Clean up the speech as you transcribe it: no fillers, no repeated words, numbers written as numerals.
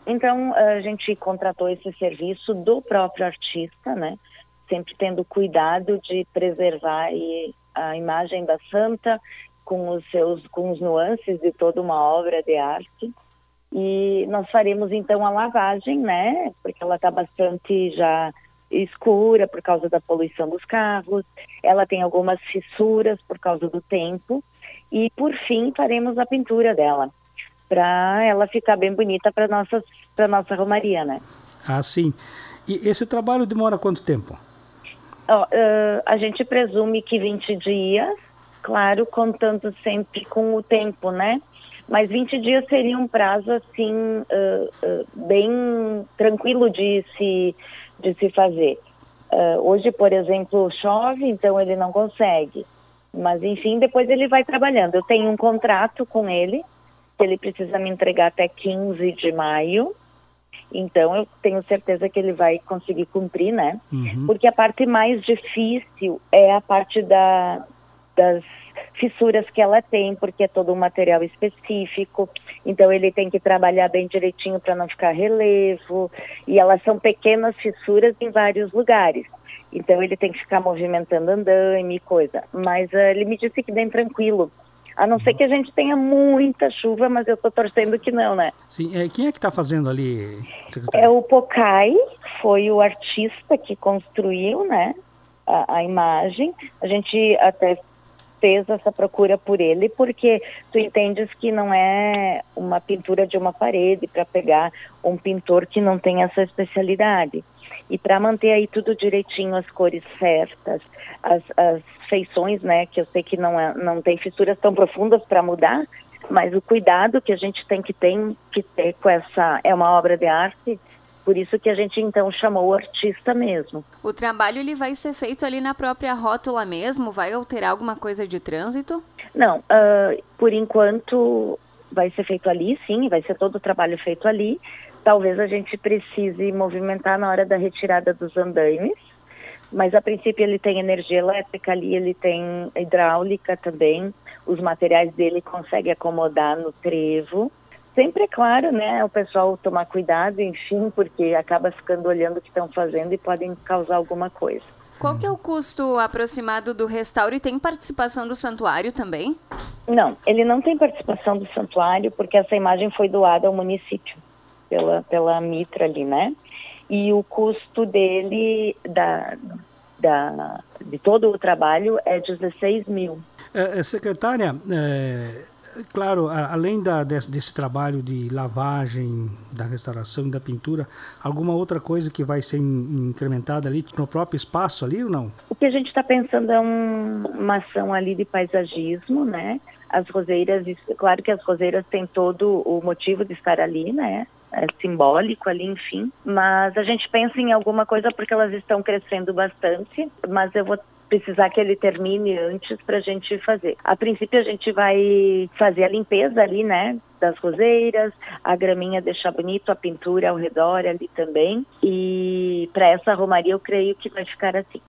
Então, a gente contratou esse serviço do próprio artista, né? Sempre tendo cuidado de preservar a imagem da santa com os nuances de toda uma obra de arte. E nós faremos então a lavagem, né? Porque ela está bastante já escura por causa da poluição dos carros. Ela tem algumas fissuras por causa do tempo. E por fim faremos a pintura dela, para ela ficar bem bonita para nossa romaria, né? Ah, sim. E esse trabalho demora quanto tempo? A gente presume que 20 dias, claro, contando sempre com o tempo, né? Mas 20 dias seria um prazo, assim, bem tranquilo de se fazer. Hoje, por exemplo, chove, então ele não consegue. Mas, enfim, depois ele vai trabalhando. Eu tenho um contrato com ele, que ele precisa me entregar até 15 de maio. Então, eu tenho certeza que ele vai conseguir cumprir, né? Uhum. Porque a parte mais difícil é a parte das fissuras que ela tem, porque é todo um material específico. Então, ele tem que trabalhar bem direitinho para não ficar relevo. E elas são pequenas fissuras em vários lugares. Então, ele tem que ficar movimentando andaime e coisa. Mas ele me disse que bem tranquilo. A não ser que a gente tenha muita chuva, mas eu estou torcendo que não, né? Sim, quem é que está fazendo ali, secretária? É o Pocai, foi o artista que construiu, né, a imagem. A gente até fez essa procura por ele, porque tu entendes que não é uma pintura de uma parede para pegar um pintor que não tem essa especialidade. E para manter aí tudo direitinho, as cores certas, as feições, né, que eu sei que não tem fissuras tão profundas para mudar, mas o cuidado que a gente tem que ter com essa, é uma obra de arte, por isso que a gente então chamou o artista mesmo. O trabalho ele vai ser feito ali na própria rótula mesmo? Vai alterar alguma coisa de trânsito? Não, por enquanto vai ser feito ali, sim, vai ser todo o trabalho feito ali. Talvez a gente precise movimentar na hora da retirada dos andaimes, mas a princípio ele tem energia elétrica ali, ele tem hidráulica também, os materiais dele conseguem acomodar no trevo. Sempre é claro, né, o pessoal tomar cuidado, enfim, porque acaba ficando olhando o que estão fazendo e podem causar alguma coisa. Qual que é o custo aproximado do restauro e tem participação do santuário também? Não, ele não tem participação do santuário porque essa imagem foi doada ao município, pela Mitra ali, né? E o custo dele, de todo o trabalho, é 16 mil. Secretária, claro, além desse trabalho de lavagem, da restauração e da pintura, alguma outra coisa que vai ser incrementada ali no próprio espaço ali ou não? O que a gente está pensando é uma ação ali de paisagismo, né? As roseiras, claro que as roseiras têm todo o motivo de estar ali, né? É simbólico ali, enfim. Mas a gente pensa em alguma coisa porque elas estão crescendo bastante, mas eu vou precisar que ele termine antes para a gente fazer. A princípio a gente vai fazer a limpeza ali, né, das roseiras, a graminha deixar bonito, a pintura ao redor ali também. E para essa romaria eu creio que vai ficar assim.